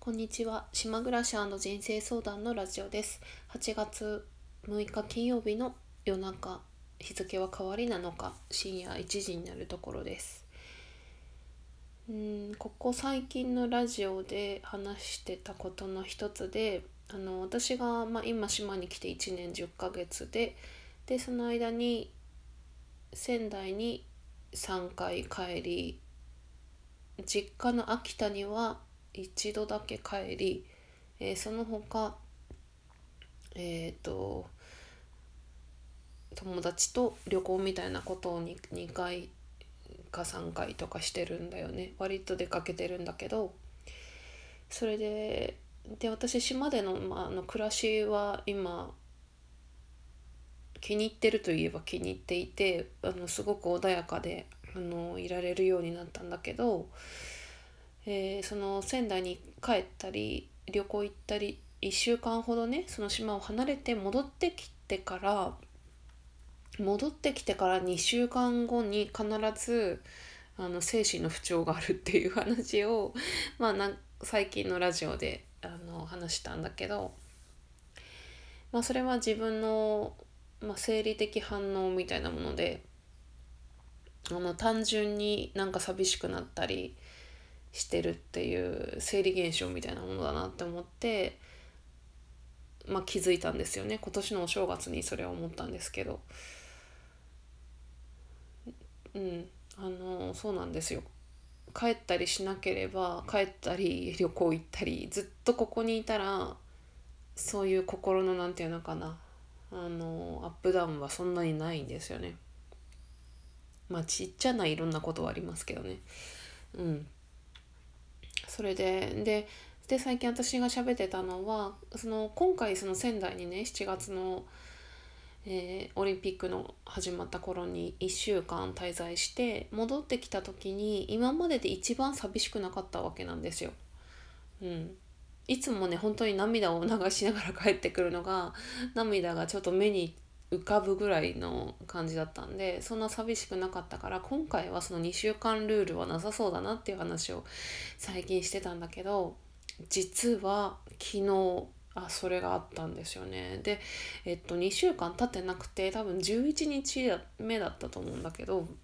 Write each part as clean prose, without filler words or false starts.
こんにちは。島暮らし人生相談のラジオです。8月6日金曜日の夜中、日付は変わりなのか、深夜1時になるところです。ここ最近のラジオで話してたことの一つで、私が、今島に来て1年10ヶ月で、その間に仙台に3回帰り、実家の秋田には一度だけ帰り、その他、友達と旅行みたいなことを2回か3回とかしてるんだよね。割と出かけてるんだけど、それで私島での、暮らしは今気に入ってるといえば気に入っていて、すごく穏やかでいられるようになったんだけど、その仙台に帰ったり旅行行ったり1週間ほどね、その島を離れて戻ってきてから2週間後に必ず精神の不調があるっていう話を最近のラジオで話したんだけど、それは自分の、生理的反応みたいなもので、単純になんか寂しくなったりしてるっていう生理現象みたいなものだなって思って、気づいたんですよね。今年のお正月にそれを思ったんですけど、そうなんですよ。帰ったりしなければ、帰ったり旅行行ったりずっとここにいたら、そういう心のなんていうのかな、アップダウンはそんなにないんですよね。ちっちゃないろんなことはありますけどね。それで最近私が喋ってたのは、今回その仙台にね、7月の、オリンピックの始まった頃に1週間滞在して戻ってきた時に、今までで一番寂しくなかったわけなんですよ。いつもね、本当に涙を流しながら帰ってくるのが、涙がちょっと目に浮かぶぐらいの感じだったんで、そんな寂しくなかったから、今回はその2週間ルールはなさそうだなっていう話を最近してたんだけど、実は昨日それがあったんですよね。で、2週間経ってなくて、多分11日目だったと思うんだけど、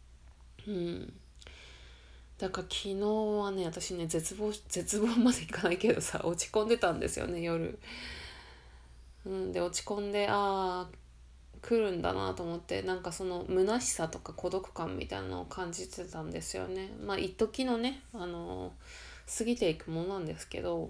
だから昨日はね、私ね、絶望までいかないけどさ、落ち込んでたんですよね、夜。で落ち込んで、来るんだなと思って、なんかその虚しさとか孤独感みたいなのを感じてたんですよね。一時のね、過ぎていくものなんですけど、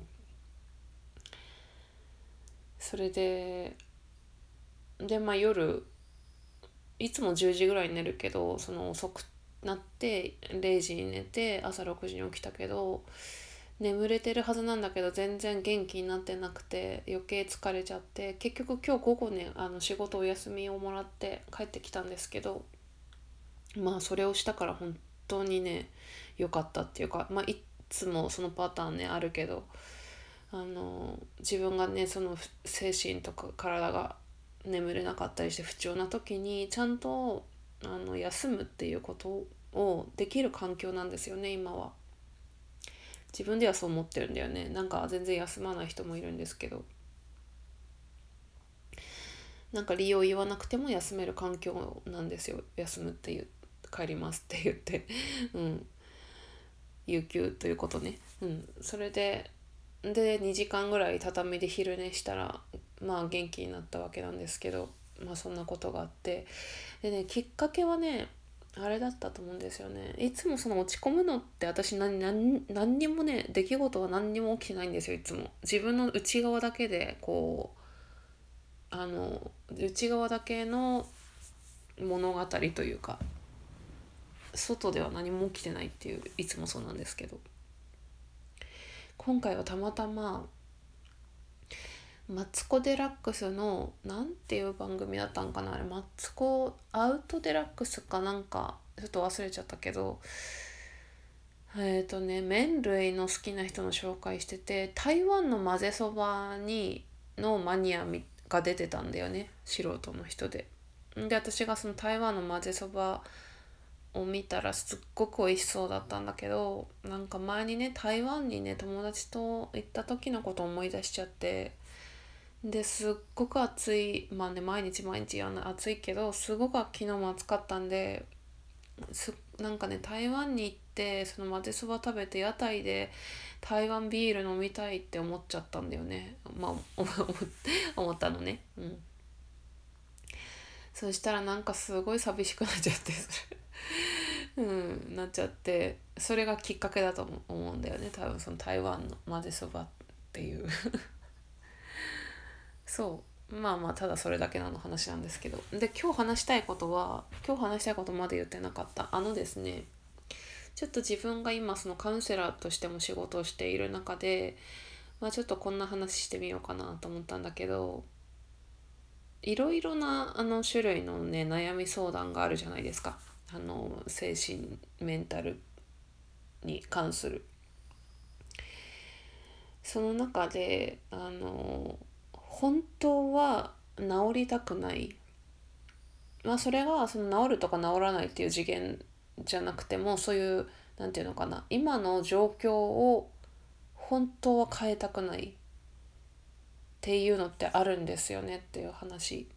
それで夜いつも10時ぐらいに寝るけど、その遅くなって0時に寝て朝6時に起きたけど、眠れてるはずなんだけど全然元気になってなくて、余計疲れちゃって、結局今日午後ね、仕事お休みをもらって帰ってきたんですけど、それをしたから本当にね、良かったっていうか、いつもそのパターンねあるけど、自分がね、その精神とか体が眠れなかったりして不調な時にちゃんと休むっていうことをできる環境なんですよね、今は。自分ではそう思ってるんだよね。なんか全然休まない人もいるんですけど、なんか理由を言わなくても休める環境なんですよ。休むっていう、帰りますって言って有給ということね。それで2時間ぐらい畳で昼寝したら元気になったわけなんですけど、そんなことがあって、でね、きっかけはね、あれだったと思うんですよね。いつもその落ち込むのって私何にもね、出来事は何にも起きてないんですよ。いつも自分の内側だけでこう内側だけの物語というか、外では何も起きてないっていう、いつもそうなんですけど、今回はたまたまマツコ・デラックスのなんていう番組だったんかな、あれマツコアウトデラックスかなんかちょっと忘れちゃったけど、麺類の好きな人の紹介してて、台湾の混ぜそばのマニアが出てたんだよね、素人の人で。私がその台湾の混ぜそばを見たらすっごく美味しそうだったんだけど、なんか前にね台湾にね友達と行った時のことを思い出しちゃって、ですっごく暑い、まあね毎日毎日暑いけどすごく昨日も暑かったんで、なんかね台湾に行ってその混ぜそば食べて屋台で台湾ビール飲みたいって思っちゃったんだよね。まあ思ったのね。そしたらなんかすごい寂しくなっちゃってなっちゃって、それがきっかけだと思うんだよね、多分その台湾の混ぜそばっていうそうまあまあただそれだけの話なんですけど、で今日話したいことまで言ってなかった。ですね、ちょっと自分が今そのカウンセラーとしても仕事をしている中で、ちょっとこんな話してみようかなと思ったんだけど、いろいろな種類のね悩み相談があるじゃないですか。精神メンタルに関する。その中で本当は治りたくない、それがその治るとか治らないっていう次元じゃなくても、そういうなんていうのかな、今の状況を本当は変えたくないっていうのってあるんですよねっていう話。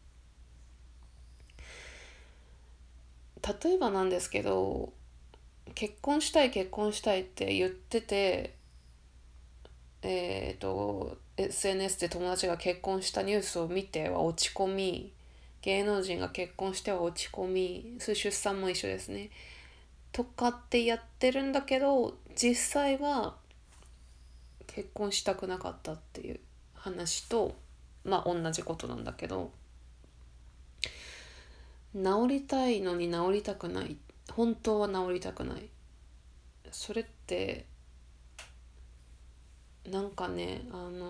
例えばなんですけど、結婚したいって言ってて、SNS で友達が結婚したニュースを見ては落ち込み、芸能人が結婚しては落ち込み、そういう出産も一緒ですねとかってやってるんだけど、実際は結婚したくなかったっていう話と同じことなんだけど、治りたいのに治りたくない、本当は治りたくない、それってなんかね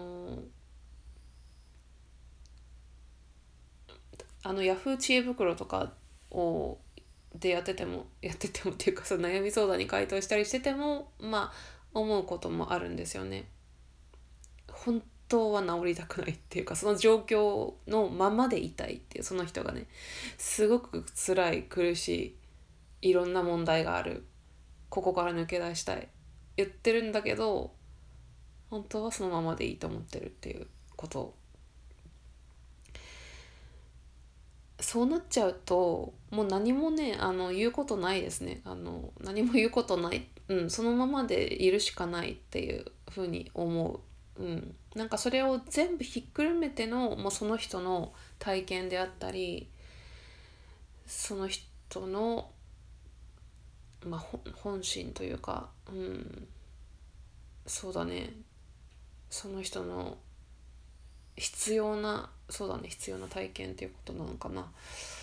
ヤフー知恵袋とかをやっててもっていうか、その悩み相談に回答したりしてても思うこともあるんですよね。本当は治りたくないっていうか、その状況のままでいたいっていう、その人がねすごく辛い苦しいいろんな問題がある、ここから抜け出したい言ってるんだけど、本当はそのままでいいと思ってるっていうこと。そうなっちゃうともう何もね言うことないですね。何も言うことない、そのままでいるしかないっていうふうに思う。なんかそれを全部ひっくるめてのもうその人の体験であったり、その人の、本心というか、そうだね、その人の必要な体験っていうことなのかな。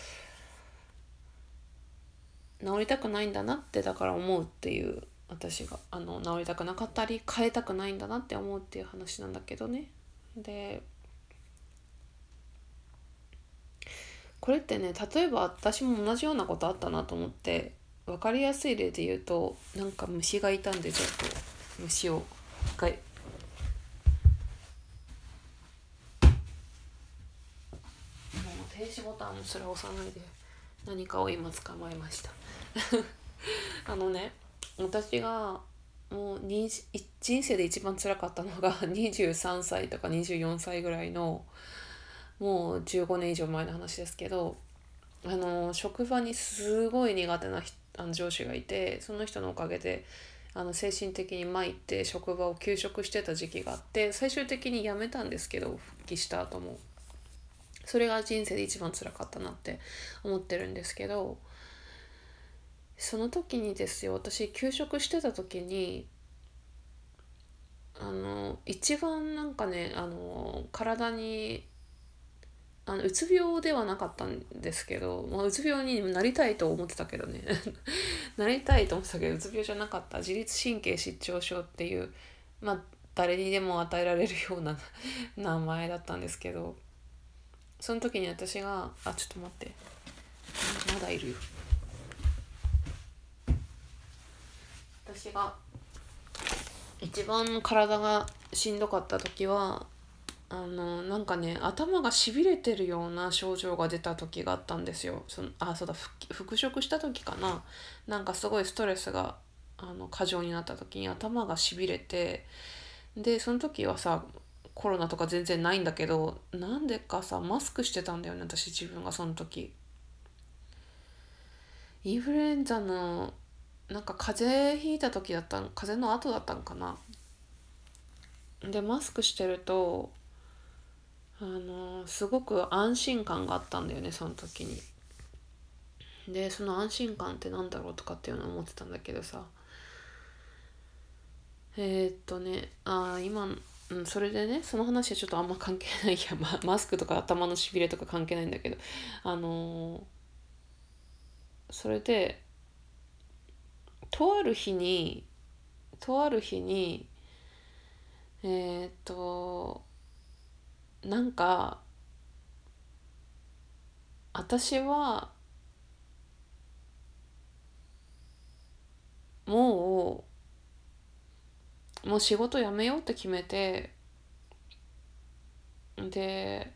治りたくないんだなってだから思うっていう、私が治りたくなかったり変えたくないんだなって思うっていう話なんだけどね。でこれってね、例えば私も同じようなことあったなと思って、分かりやすい例で言うと、なんか虫がいたんでちょっと虫を一回、もう停止ボタンすら押さないで何かを今捕まえました私がもう人生で一番辛かったのが23歳とか24歳ぐらいの、もう15年以上前の話ですけど、職場にすごい苦手な上司がいて、その人のおかげで精神的に参って職場を休職してた時期があって、最終的に辞めたんですけど、復帰した後もそれが人生で一番辛かったなって思ってるんですけど、その時にですよ、私休職してた時に一番なんかね体にうつ病ではなかったんですけど、うつ病になりたいと思ってたけどねなりたいと思ってたけど、うつ病じゃなかった、自律神経失調症っていう、誰にでも与えられるような名前だったんですけど、その時に私がちょっと待って、まだいるよ。私が一番体がしんどかった時はなんかね、頭がしびれてるような症状が出た時があったんですよ。そうだ、復職した時かな。なんかすごいストレスが過剰になった時に頭がしびれて、でその時はさ、コロナとか全然ないんだけど、なんでかさマスクしてたんだよね、私自分がその時。インフルエンザのなんか風邪ひいた時だったん、風邪の後だったんかな。でマスクしてるとすごく安心感があったんだよね、その時に。でその安心感ってなんだろうとかっていうのを思ってたんだけどさ、今、それでね、その話はちょっとあんま関係ないや、マスクとか頭のしびれとか関係ないんだけど、あのーそれで、とある日に、とある日に、えーっと、なんか、私はももう仕事辞めようって決めて、で、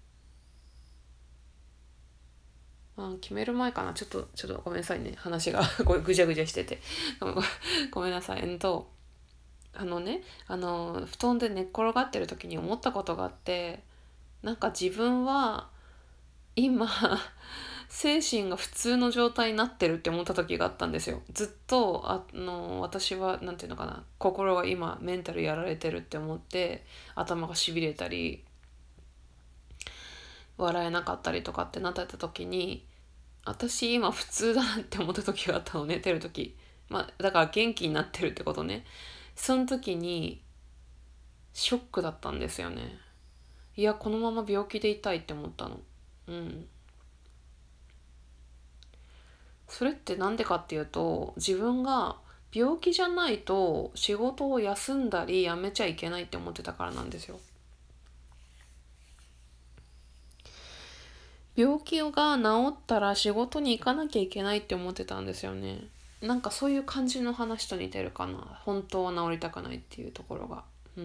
決める前かな。ちょっとごめんなさいね。話がぐちゃぐちゃしてて。ごめんなさい。布団で寝っ転がってる時に思ったことがあって、なんか自分は今、精神が普通の状態になってるって思った時があったんですよ。ずっと、私は、なんていうのかな、心が今、メンタルやられてるって思って、頭がしびれたり、笑えなかったりとかってなってた時に、私今普通だなって思った時があったの、寝てる時。だから元気になってるってことね。その時にショックだったんですよね。いや、このまま病気でいたいって思ったの。うん。それってなんでかっていうと、自分が病気じゃないと仕事を休んだりやめちゃいけないって思ってたからなんですよ。病気が治ったら仕事に行かなきゃいけないって思ってたんですよね。なんかそういう感じの話と似てるかな。本当は治りたくないっていうところが。うん。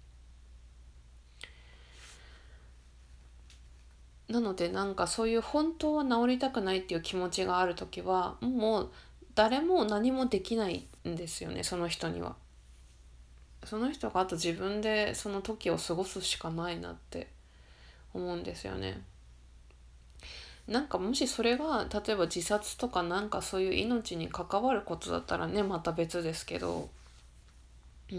なのでなんかそういう本当は治りたくないっていう気持ちがあるときは、もう誰も何もできないんですよね、その人には。その人があと自分でその時を過ごすしかないなって思うんですよね。なんかもしそれが例えば自殺とかなんかそういう命に関わることだったらね、また別ですけど、うん。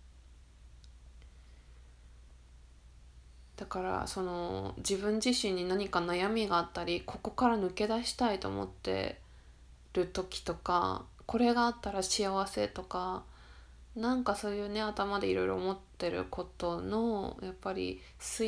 だからその自分自身に何か悩みがあったり、ここから抜け出したいと思ってる時とか、これがあったら幸せとか、なんかそういうね、頭でいろいろ思ってることのやっぱり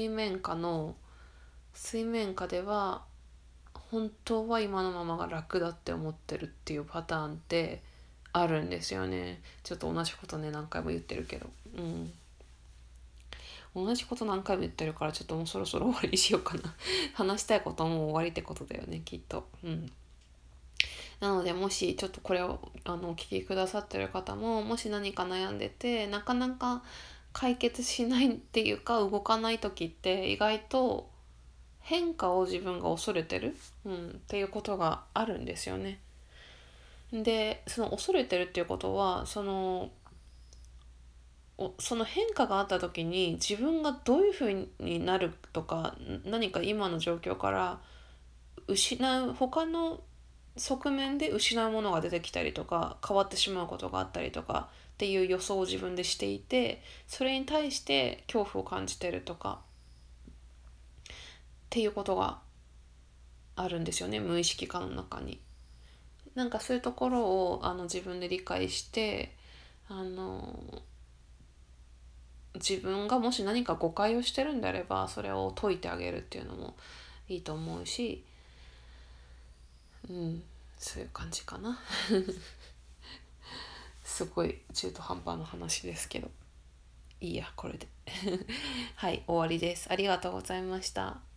水面下では本当は今のままが楽だって思ってるっていうパターンってあるんですよね。ちょっと同じことね、何回も言ってるけど、うん、同じこと何回も言ってるから、ちょっともうそろそろ終わりにしようかな。話したいことも終わりってことだよね、きっと。うん。なので、もしちょっとこれをお聞きくださってる方も、もし何か悩んでてなかなか解決しないっていうか動かない時って、意外と変化を自分が恐れてる、っていうことがあるんですよね。でその恐れてるっていうことは、その変化があった時に自分がどういうふうになるとか、何か今の状況から他の側面で失うものが出てきたりとか、変わってしまうことがあったりとかっていう予想を自分でしていて、それに対して恐怖を感じてるとかっていうことがあるんですよね、無意識化の中に。なんかそういうところを自分で理解して、あの自分がもし何か誤解をしてるんであれば、それを解いてあげるっていうのもいいと思うし、うん、そういう感じかな。すごい中途半端な話ですけど、いいやこれで。はい、終わりです。ありがとうございました。